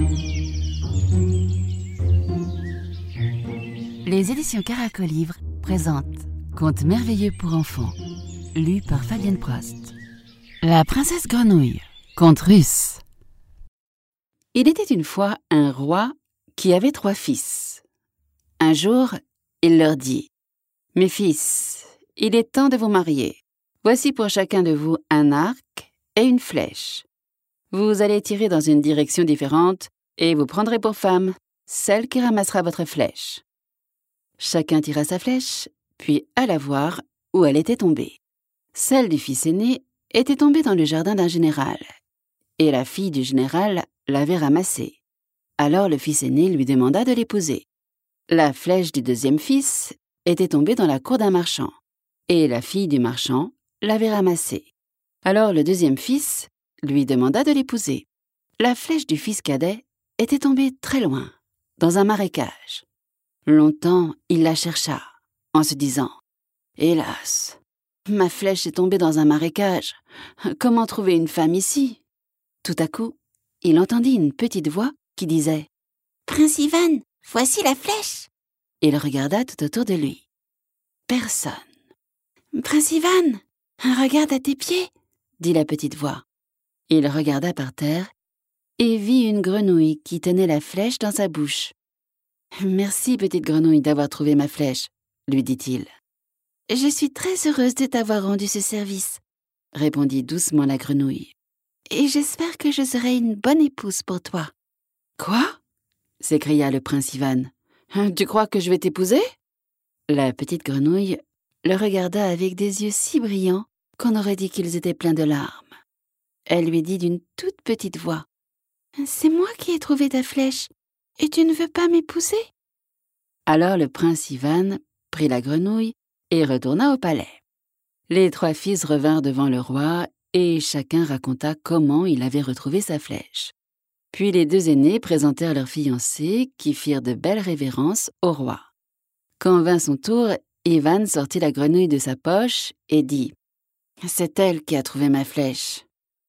Les éditions Caracolivre présentent Contes merveilleux pour enfants, lu par Fabienne Prost. La princesse grenouille, conte russe. Il était une fois un roi qui avait 3 fils. Un jour, il leur dit « Mes fils, il est temps de vous marier. Voici pour chacun de vous un arc et une flèche. Vous allez tirer dans une direction différente et vous prendrez pour femme celle qui ramassera votre flèche. » Chacun tira sa flèche, puis alla voir où elle était tombée. Celle du fils aîné était tombée dans le jardin d'un général, et la fille du général l'avait ramassée. Alors le fils aîné lui demanda de l'épouser. La flèche du deuxième fils était tombée dans la cour d'un marchand, et la fille du marchand l'avait ramassée. Alors le deuxième fils lui demanda de l'épouser. La flèche du fils cadet était tombée très loin, dans un marécage. Longtemps, il la chercha, en se disant « Hélas, ma flèche est tombée dans un marécage. Comment trouver une femme ici ?» Tout à coup, il entendit une petite voix qui disait « Prince Ivan, voici la flèche !» Il regarda tout autour de lui. Personne. « Prince Ivan, regarde à tes pieds !» dit la petite voix. Il regarda par terre et vit une grenouille qui tenait la flèche dans sa bouche. « Merci, petite grenouille, d'avoir trouvé ma flèche, » lui dit-il. « Je suis très heureuse de t'avoir rendu ce service, » répondit doucement la grenouille. « Et j'espère que je serai une bonne épouse pour toi. »« Quoi ?» s'écria le prince Ivan. « Tu crois que je vais t'épouser ?» La petite grenouille le regarda avec des yeux si brillants qu'on aurait dit qu'ils étaient pleins de larmes. Elle lui dit d'une toute petite voix « C'est moi qui ai trouvé ta flèche. Et tu ne veux pas m'épouser ?» Alors le prince Ivan prit la grenouille et retourna au palais. Les 3 fils revinrent devant le roi et chacun raconta comment il avait retrouvé sa flèche. Puis les 2 aînés présentèrent leurs fiancés qui firent de belles révérences au roi. Quand vint son tour, Ivan sortit la grenouille de sa poche et dit « C'est elle qui a trouvé ma flèche. »«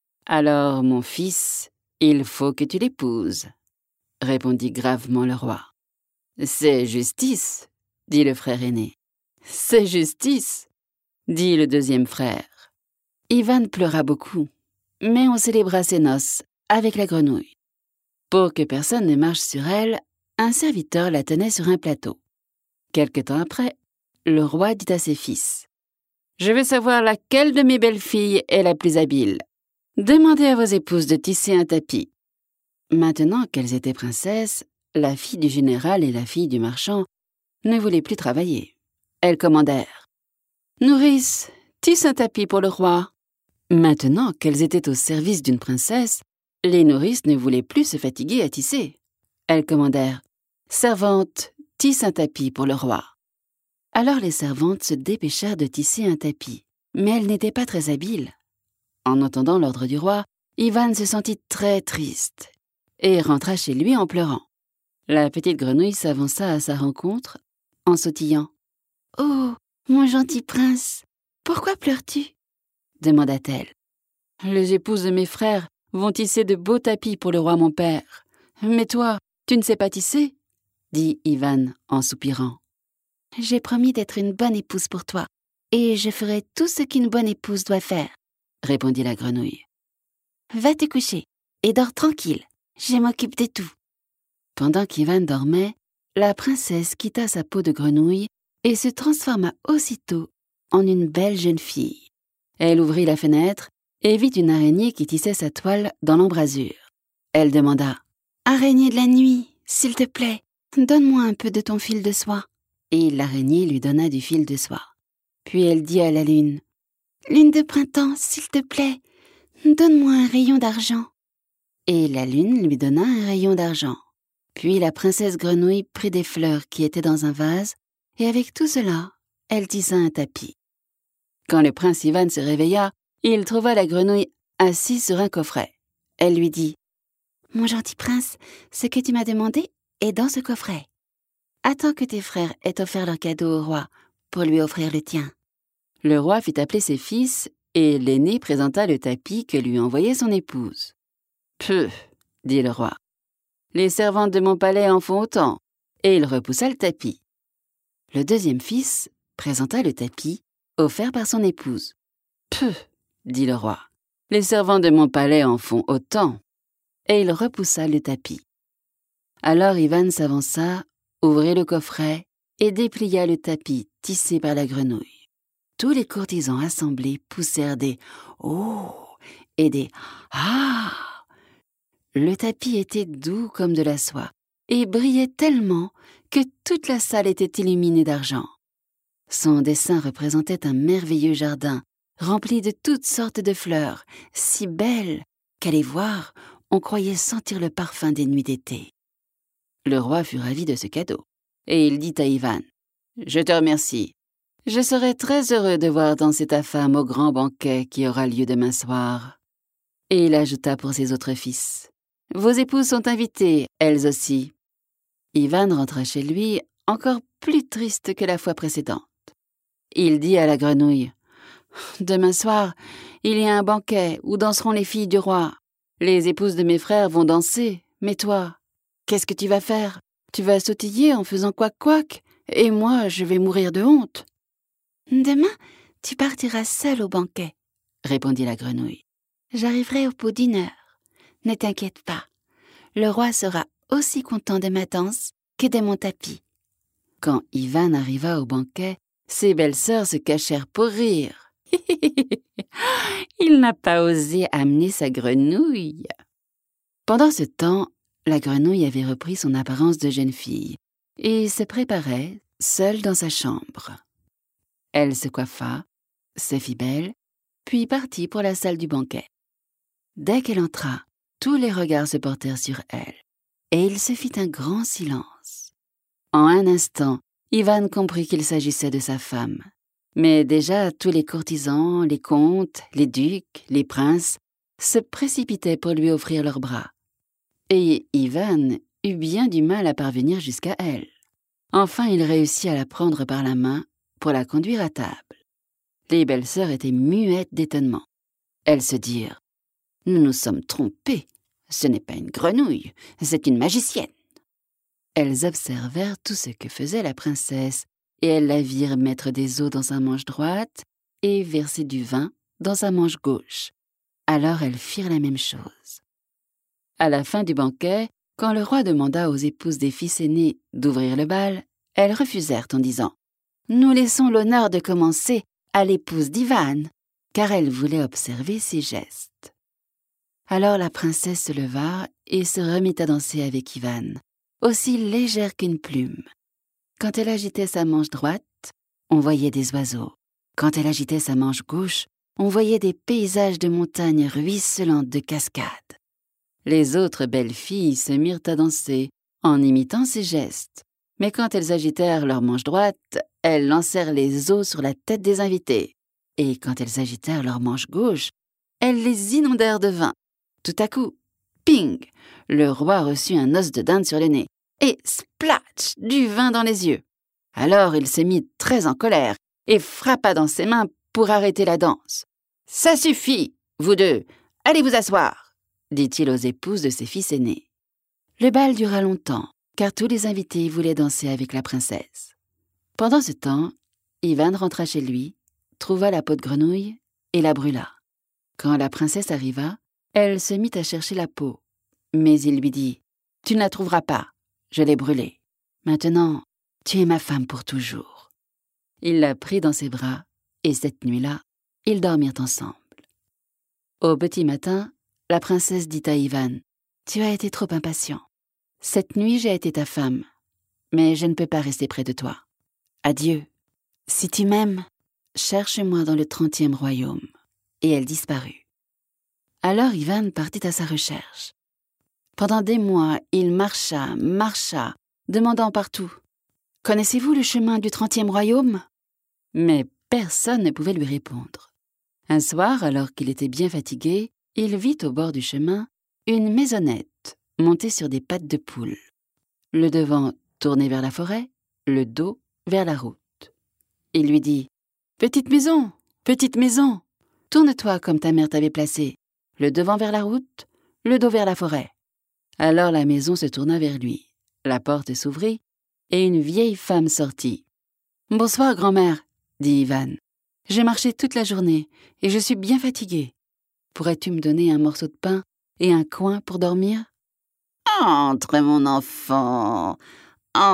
Alors, mon fils, il faut que tu l'épouses. » répondit gravement le roi. « C'est justice, » dit le frère aîné. « C'est justice, » dit le deuxième frère. Ivan pleura beaucoup, mais on célébra ses noces avec la grenouille. Pour que personne ne marche sur elle, un serviteur la tenait sur un plateau. Quelque temps après, le roi dit à ses fils « Je veux savoir laquelle de mes belles-filles est la plus habile. Demandez à vos épouses de tisser un tapis. » Maintenant qu'elles étaient princesses, la fille du général et la fille du marchand ne voulaient plus travailler. Elles commandèrent « Nourrice, tisse un tapis pour le roi. » Maintenant qu'elles étaient au service d'une princesse, les nourrices ne voulaient plus se fatiguer à tisser. Elles commandèrent « Servante, tisse un tapis pour le roi. » Alors les servantes se dépêchèrent de tisser un tapis, mais elles n'étaient pas très habiles. En entendant l'ordre du roi, Ivan se sentit très triste et rentra chez lui en pleurant. La petite grenouille s'avança à sa rencontre en sautillant. « Oh, mon gentil prince, pourquoi pleures-tu » demanda-t-elle. « Les épouses de mes frères vont tisser de beaux tapis pour le roi mon père. Mais toi, tu ne sais pas tisser » dit Ivan en soupirant. « J'ai promis d'être une bonne épouse pour toi, et je ferai tout ce qu'une bonne épouse doit faire » répondit la grenouille. « Va te coucher et dors tranquille. Je m'occupe de tout. » Pendant qu'Ivan dormait, la princesse quitta sa peau de grenouille et se transforma aussitôt en une belle jeune fille. Elle ouvrit la fenêtre et vit une araignée qui tissait sa toile dans l'embrasure. Elle demanda « Araignée de la nuit, s'il te plaît, donne-moi un peu de ton fil de soie. » Et l'araignée lui donna du fil de soie. Puis elle dit à la lune « Lune de printemps, s'il te plaît, donne-moi un rayon d'argent. » Et la lune lui donna un rayon d'argent. Puis la princesse grenouille prit des fleurs qui étaient dans un vase, et avec tout cela, elle tissa un tapis. Quand le prince Ivan se réveilla, il trouva la grenouille assise sur un coffret. Elle lui dit « Mon gentil prince, ce que tu m'as demandé est dans ce coffret. Attends que tes frères aient offert leur cadeau au roi pour lui offrir le tien. » Le roi fit appeler ses fils, et l'aîné présenta le tapis que lui envoyait son épouse. « Peu, dit le roi. Les servantes de mon palais en font autant. » Et il repoussa le tapis. Le deuxième fils présenta le tapis, offert par son épouse. « Peuh !» dit le roi. « Les servantes de mon palais en font autant. » Et il repoussa le tapis. Alors Ivan s'avança, ouvrit le coffret et déplia le tapis tissé par la grenouille. Tous les courtisans assemblés poussèrent des « Oh !» et des « Ah !» Le tapis était doux comme de la soie et brillait tellement que toute la salle était illuminée d'argent. Son dessin représentait un merveilleux jardin rempli de toutes sortes de fleurs, si belles qu'à les voir, on croyait sentir le parfum des nuits d'été. Le roi fut ravi de ce cadeau, et il dit à Ivan, « Je te remercie. Je serai très heureux de voir danser ta femme au grand banquet qui aura lieu demain soir. » Et il ajouta pour ses autres fils, « Vos épouses sont invitées, elles aussi. » Ivan rentra chez lui encore plus triste que la fois précédente. Il dit à la grenouille, « Demain soir, il y a un banquet où danseront les filles du roi. Les épouses de mes frères vont danser, mais toi, qu'est-ce que tu vas faire? Tu vas sautiller en faisant couac-couac, et moi, je vais mourir de honte. »« Demain, tu partiras seul au banquet, » répondit la grenouille. « J'arriverai au bout d'1 heure. Ne t'inquiète pas, le roi sera aussi content de ma danse que de mon tapis. » Quand Ivan arriva au banquet, ses belles-sœurs se cachèrent pour rire. Il n'a pas osé amener sa grenouille. Pendant ce temps, la grenouille avait repris son apparence de jeune fille et se préparait, seule dans sa chambre. Elle se coiffa, se fit belle, puis partit pour la salle du banquet. Dès qu'elle entra, tous les regards se portèrent sur elle, et il se fit un grand silence. En un instant, Ivan comprit qu'il s'agissait de sa femme. Mais déjà, tous les courtisans, les comtes, les ducs, les princes se précipitaient pour lui offrir leurs bras. Et Ivan eut bien du mal à parvenir jusqu'à elle. Enfin, il réussit à la prendre par la main pour la conduire à table. Les belles-sœurs étaient muettes d'étonnement. Elles se dirent « Nous nous sommes trompés. Ce n'est pas une grenouille, c'est une magicienne. » Elles observèrent tout ce que faisait la princesse et elles la virent mettre des eaux dans sa manche droite et verser du vin dans sa manche gauche. Alors elles firent la même chose. À la fin du banquet, quand le roi demanda aux épouses des fils aînés d'ouvrir le bal, elles refusèrent en disant « Nous laissons l'honneur de commencer à l'épouse d'Ivan », car elles voulaient observer ses gestes. Alors la princesse se leva et se remit à danser avec Ivan, aussi légère qu'une plume. Quand elle agitait sa manche droite, on voyait des oiseaux. Quand elle agitait sa manche gauche, on voyait des paysages de montagnes ruisselantes de cascades. Les autres belles filles se mirent à danser en imitant ses gestes. Mais quand elles agitèrent leur manche droite, elles lancèrent les eaux sur la tête des invités. Et quand elles agitèrent leur manche gauche, elles les inondèrent de vin. Tout à coup, ping, le roi reçut un os de dinde sur le nez et splatch, du vin dans les yeux. Alors il se mit très en colère et frappa dans ses mains pour arrêter la danse. « Ça suffit, vous deux, allez vous asseoir !» dit-il aux épouses de ses fils aînés. Le bal dura longtemps, car tous les invités voulaient danser avec la princesse. Pendant ce temps, Ivan rentra chez lui, trouva la peau de grenouille et la brûla. Quand la princesse arriva, elle se mit à chercher la peau. Mais il lui dit « Tu ne la trouveras pas, je l'ai brûlée. Maintenant, tu es ma femme pour toujours. » Il la prit dans ses bras, et cette nuit-là, ils dormirent ensemble. Au petit matin, la princesse dit à Ivan « Tu as été trop impatient. Cette nuit, j'ai été ta femme, mais je ne peux pas rester près de toi. Adieu. Si tu m'aimes, cherche-moi dans le 30e royaume. » Et elle disparut. Alors Ivan partit à sa recherche. Pendant des mois, il marcha, demandant partout « Connaissez-vous le chemin du 30e royaume ?» Mais personne ne pouvait lui répondre. Un soir, alors qu'il était bien fatigué, il vit au bord du chemin une maisonnette montée sur des pattes de poule. Le devant tourné vers la forêt, le dos vers la route. Il lui dit « Petite maison, tourne-toi comme ta mère t'avait placé, le devant vers la route, le dos vers la forêt. » Alors la maison se tourna vers lui. La porte s'ouvrit et une vieille femme sortit. « Bonsoir, grand-mère, » dit Ivan. « J'ai marché toute la journée et je suis bien fatigué. Pourrais-tu me donner un morceau de pain et un coin pour dormir ?»« Entre, mon enfant, entre, »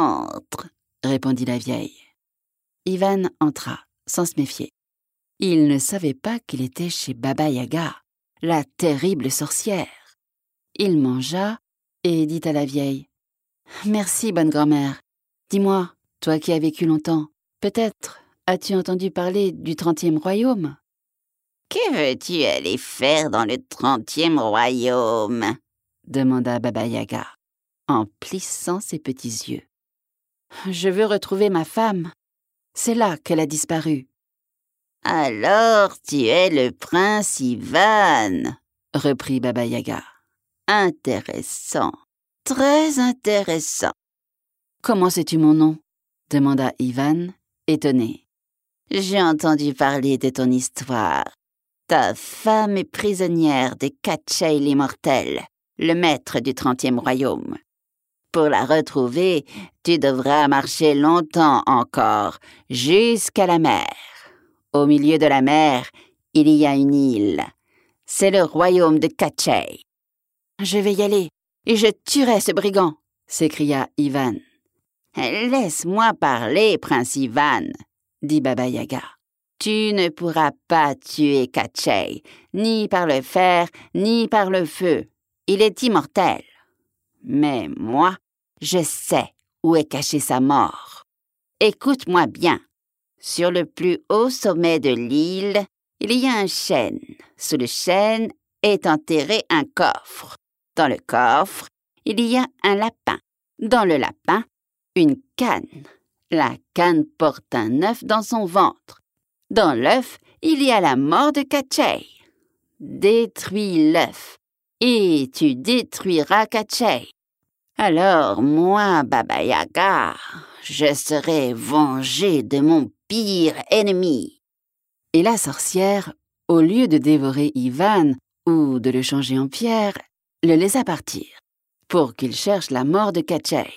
répondit la vieille. Ivan entra, sans se méfier. Il ne savait pas qu'il était chez Baba Yaga, la terrible sorcière. Il mangea et dit à la vieille « Merci, bonne grand-mère. Dis-moi, toi qui as vécu longtemps, peut-être as-tu entendu parler du 30e royaume ?»« Que veux-tu aller faire dans le 30e royaume ?» demanda Baba Yaga, en plissant ses petits yeux. « Je veux retrouver ma femme. C'est là qu'elle a disparu. »« Alors tu es le prince Ivan, » reprit Baba Yaga. « Intéressant, très intéressant. »« Comment sais-tu mon nom ?» demanda Ivan, étonné. « J'ai entendu parler de ton histoire. Ta femme est prisonnière de Katchei l'immortel, le maître du 30e royaume. Pour la retrouver, tu devras marcher longtemps encore, jusqu'à la mer. Au milieu de la mer, il y a une île. C'est le royaume de Katchei. »« Je vais y aller, et je tuerai ce brigand !» s'écria Ivan. « Laisse-moi parler, prince Ivan, » dit Baba Yaga. « Tu ne pourras pas tuer Katchei, ni par le fer, ni par le feu. Il est immortel. Mais moi, je sais où est cachée sa mort. Écoute-moi bien. Sur le plus haut sommet de l'île, il y a un chêne. Sous le chêne est enterré un coffre. Dans le coffre, il y a un lapin. Dans le lapin, une canne. La canne porte un œuf dans son ventre. Dans l'œuf, il y a la mort de Katchei. Détruis l'œuf, et tu détruiras Katchei. Alors moi, Baba Yaga, je serai vengé de mon pire ennemi. » Et la sorcière, au lieu de dévorer Ivan ou de le changer en pierre, le laissa partir pour qu'il cherche la mort de Katchei.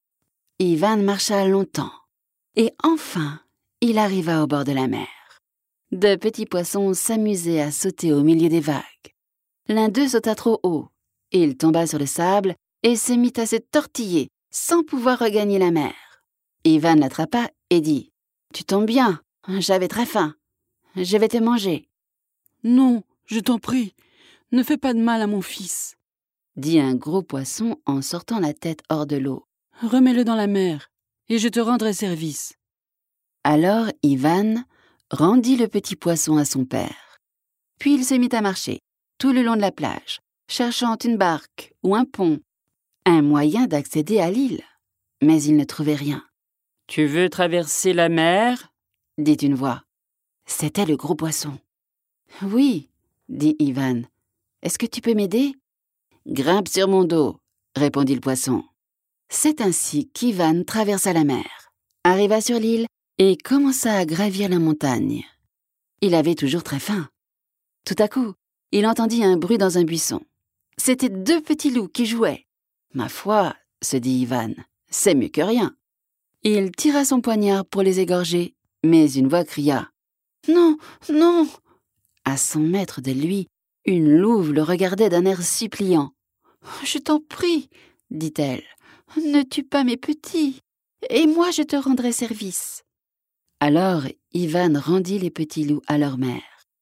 Ivan marcha longtemps et enfin il arriva au bord de la mer. De petits poissons s'amusaient à sauter au milieu des vagues. L'un d'eux sauta trop haut. Il tomba sur le sable et se mit à se tortiller sans pouvoir regagner la mer. Ivan l'attrapa et dit « Tu tombes bien, j'avais très faim. Je vais te manger. »« Non, je t'en prie, ne fais pas de mal à mon fils, » dit un gros poisson en sortant la tête hors de l'eau. « Remets-le dans la mer et je te rendrai service. » Alors Ivan rendit le petit poisson à son père. Puis il se mit à marcher tout le long de la plage, cherchant une barque ou un pont, un moyen d'accéder à l'île. Mais il ne trouvait rien. « Tu veux traverser la mer ?» dit une voix. C'était le gros poisson. « Oui, » dit Ivan. « Est-ce que tu peux m'aider ?»« Grimpe sur mon dos, » répondit le poisson. C'est ainsi qu'Ivan traversa la mer, arriva sur l'île et commença à gravir la montagne. Il avait toujours très faim. Tout à coup, il entendit un bruit dans un buisson. C'étaient 2 petits loups qui jouaient. « Ma foi, » se dit Ivan, « c'est mieux que rien. » Il tira son poignard pour les égorger, mais une voix cria « Non, non !» À 100 mètres de lui, une louve le regardait d'un air suppliant. « Je t'en prie, » dit-elle, « ne tue pas mes petits, et moi je te rendrai service. » Alors Ivan rendit les petits loups à leur mère.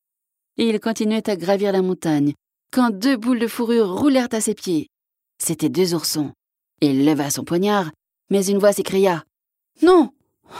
Il continuait à gravir la montagne quand 2 boules de fourrure roulèrent à ses pieds. C'étaient 2 oursons. Il leva son poignard, mais une voix s'écria « Non, non !»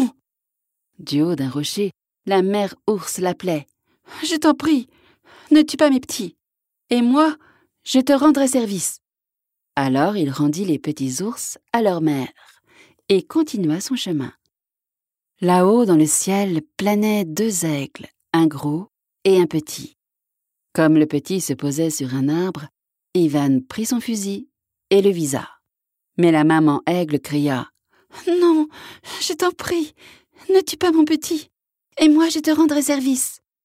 Du haut d'un rocher, la mère ours l'appelait. « Je t'en prie, ne tue pas mes petits, et moi, je te rendrai service. » Alors il rendit les petits ours à leur mère et continua son chemin. Là-haut, dans le ciel, planaient 2 aigles, un gros et un petit. Comme le petit se posait sur un arbre, Ivan prit son fusil et le visa. Mais la maman aigle cria « Non, je t'en prie, ne tue pas mon petit, et moi je te rendrai service. »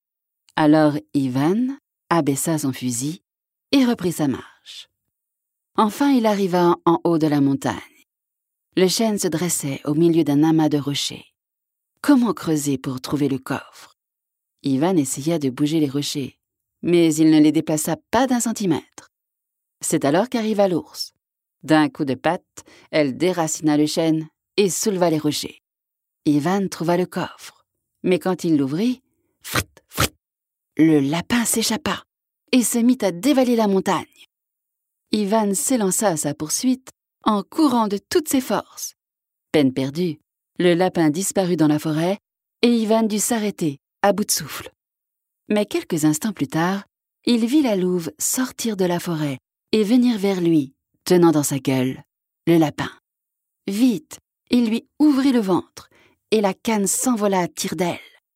Alors Ivan abaissa son fusil et reprit sa marche. Enfin, il arriva en haut de la montagne. Le chêne se dressait au milieu d'un amas de rochers. Comment creuser pour trouver le coffre? Ivan essaya de bouger les rochers, mais il ne les déplaça pas d'un centimètre. C'est alors qu'arriva l'ours. D'un coup de patte, elle déracina le chêne et souleva les rochers. Ivan trouva le coffre, mais quand il l'ouvrit, frit, frit, le lapin s'échappa et se mit à dévaler la montagne. Ivan s'élança à sa poursuite en courant de toutes ses forces. Peine perdue, le lapin disparut dans la forêt et Ivan dut s'arrêter, à bout de souffle. Mais quelques instants plus tard, il vit la louve sortir de la forêt et venir vers lui, tenant dans sa gueule le lapin. Vite, il lui ouvrit le ventre et la canne s'envola à tire-d'aile.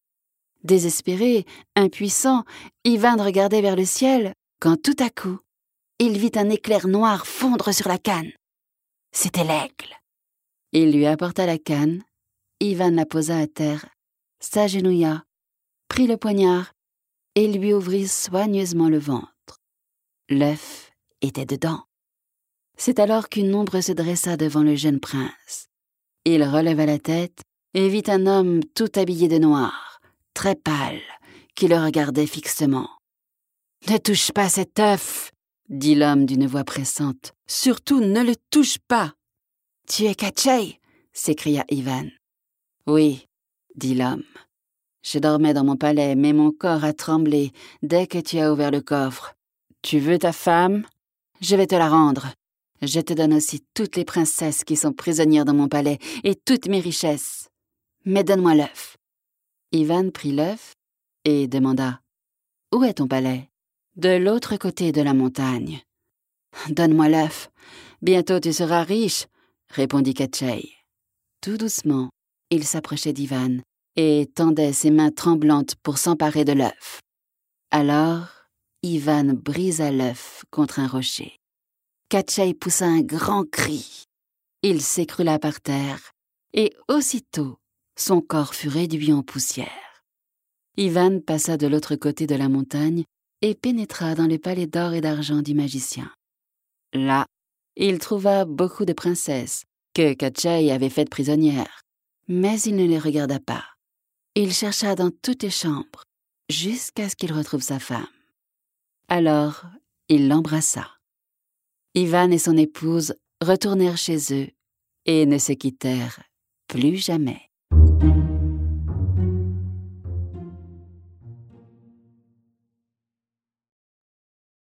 Désespéré, impuissant, Ivan regardait vers le ciel quand tout à coup, il vit un éclair noir fondre sur la canne. C'était l'aigle. Il lui apporta la canne, Ivan la posa à terre, s'agenouilla, prit le poignard et lui ouvrit soigneusement le ventre. L'œuf était dedans. C'est alors qu'une ombre se dressa devant le jeune prince. Il releva la tête et vit un homme tout habillé de noir, très pâle, qui le regardait fixement. « Ne touche pas cet œuf !» dit l'homme d'une voix pressante. « Surtout, ne le touche pas !»« Tu es Katchei !» s'écria Ivan. « Oui, » dit l'homme. « Je dormais dans mon palais, mais mon corps a tremblé dès que tu as ouvert le coffre. Tu veux ta femme? Je vais te la rendre. Je te donne aussi toutes les princesses qui sont prisonnières dans mon palais et toutes mes richesses. Mais donne-moi l'œuf. » Ivan prit l'œuf et demanda « Où est ton palais ?»« De l'autre côté de la montagne. »« Donne-moi l'œuf. Bientôt tu seras riche, » répondit Katchei. Tout doucement, il s'approchait d'Ivan et tendait ses mains tremblantes pour s'emparer de l'œuf. Alors, Ivan brisa l'œuf contre un rocher. Katchei poussa un grand cri. Il s'écroula par terre et aussitôt, son corps fut réduit en poussière. Ivan passa de l'autre côté de la montagne et pénétra dans le palais d'or et d'argent du magicien. Là, il trouva beaucoup de princesses que Katchei avait faites prisonnières, mais il ne les regarda pas. Il chercha dans toutes les chambres jusqu'à ce qu'il retrouve sa femme. Alors, il l'embrassa. Ivan et son épouse retournèrent chez eux et ne se quittèrent plus jamais.